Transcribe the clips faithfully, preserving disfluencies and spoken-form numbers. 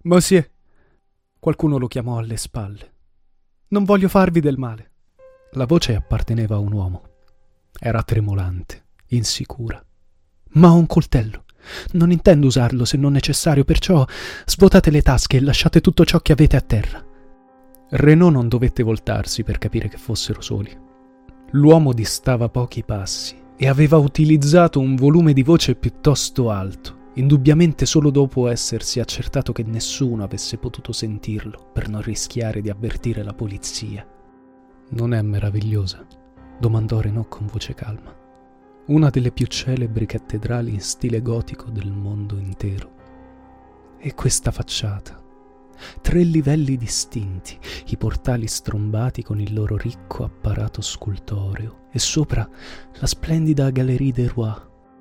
Monsieur, qualcuno lo chiamò alle spalle. Non voglio farvi del male. La voce apparteneva a un uomo. Era tremolante, insicura. Ma ho un coltello. Non intendo usarlo se non necessario, perciò svuotate le tasche e lasciate tutto ciò che avete a terra. Renaud non dovette voltarsi per capire che fossero soli. L'uomo distava pochi passi e aveva utilizzato un volume di voce piuttosto alto, indubbiamente solo dopo essersi accertato che nessuno avesse potuto sentirlo per non rischiare di avvertire la polizia. «Non è meravigliosa?» domandò Renaud con voce calma. «Una delle più celebri cattedrali in stile gotico del mondo intero. E questa facciata? Tre livelli distinti, i portali strombati con il loro ricco apparato scultoreo e sopra la splendida Galerie des Rois,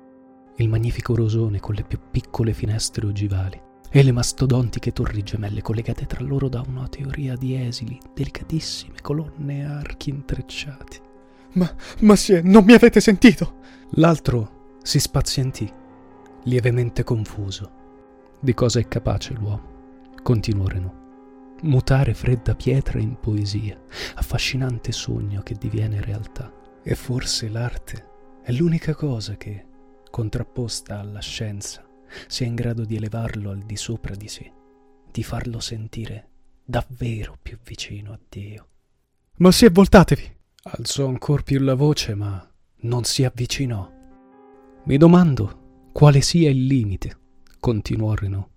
il magnifico rosone con le più piccole finestre ogivali e le mastodontiche torri gemelle collegate tra loro da una teoria di esili, delicatissime colonne e archi intrecciati». «Ma, monsieur, non mi avete sentito?» L'altro si spazientì, lievemente confuso. Di cosa è capace l'uomo? Continuò Renaud. Mutare fredda pietra in poesia, affascinante sogno che diviene realtà. E forse l'arte è l'unica cosa che, contrapposta alla scienza, sia in grado di elevarlo al di sopra di sé, di farlo sentire davvero più vicino a Dio. «Ma sì, voltatevi!» Alzò ancor più la voce, ma non si avvicinò. «Mi domando quale sia il limite», continuò Renaud.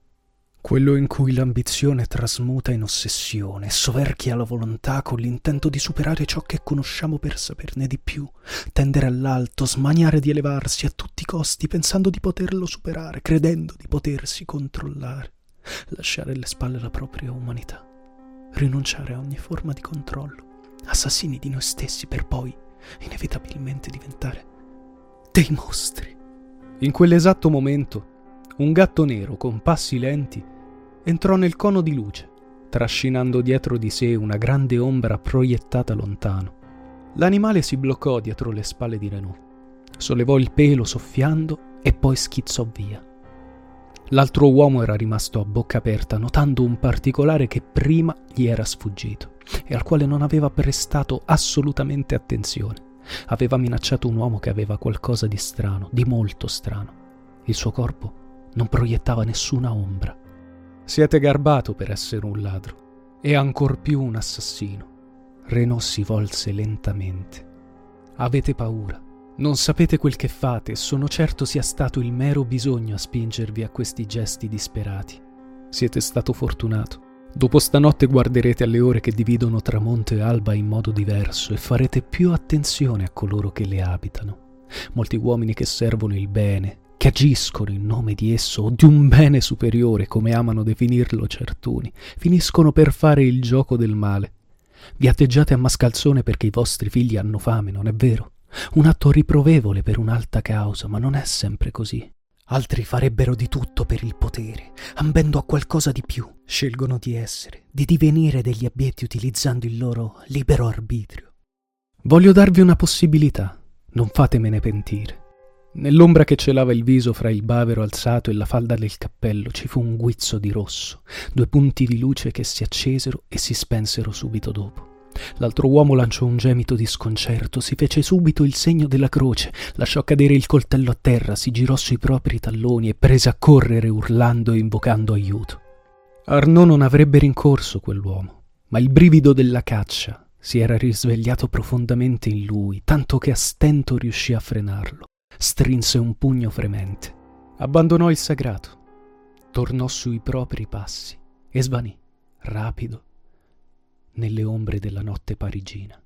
«Quello in cui l'ambizione trasmuta in ossessione e soverchia la volontà con l'intento di superare ciò che conosciamo per saperne di più, tendere all'alto, smaniare di elevarsi a tutti i costi pensando di poterlo superare, credendo di potersi controllare, lasciare alle spalle la propria umanità, rinunciare a ogni forma di controllo, assassini di noi stessi per poi inevitabilmente diventare dei mostri». In quell'esatto momento un gatto nero con passi lenti entrò nel cono di luce, trascinando dietro di sé una grande ombra proiettata lontano. L'animale si bloccò dietro le spalle di Renaud, sollevò il pelo soffiando e poi schizzò via. L'altro uomo era rimasto a bocca aperta, notando un particolare che prima gli era sfuggito e al quale non aveva prestato assolutamente attenzione. Aveva minacciato un uomo che aveva qualcosa di strano, di molto strano. Il suo corpo non proiettava nessuna ombra. «Siete garbato per essere un ladro e ancor più un assassino». Renaud si volse lentamente. «Avete paura, non sapete quel che fate e sono certo sia stato il mero bisogno a spingervi a questi gesti disperati. Siete stato fortunato. Dopo stanotte guarderete alle ore che dividono tramonto e alba in modo diverso e farete più attenzione a coloro che le abitano. Molti uomini che servono il bene, che agiscono in nome di esso o di un bene superiore, come amano definirlo certuni, finiscono per fare il gioco del male. Vi atteggiate a mascalzone perché i vostri figli hanno fame, non è vero? Un atto riprovevole per un'alta causa, ma non è sempre così. Altri farebbero di tutto per il potere, ambendo a qualcosa di più. Scelgono di essere, di divenire degli abietti utilizzando il loro libero arbitrio. Voglio darvi una possibilità, non fatemene pentire. Nell'ombra che celava il viso fra il bavero alzato e la falda del cappello ci fu un guizzo di rosso, due punti di luce che si accesero e si spensero subito dopo. L'altro uomo lanciò un gemito di sconcerto, si fece subito il segno della croce, lasciò cadere il coltello a terra, si girò sui propri talloni e prese a correre urlando e invocando aiuto. Arnaud non avrebbe rincorso quell'uomo, ma il brivido della caccia si era risvegliato profondamente in lui, tanto che a stento riuscì a frenarlo. Strinse un pugno fremente, abbandonò il sagrato, tornò sui propri passi e svanì, rapido, nelle ombre della notte parigina.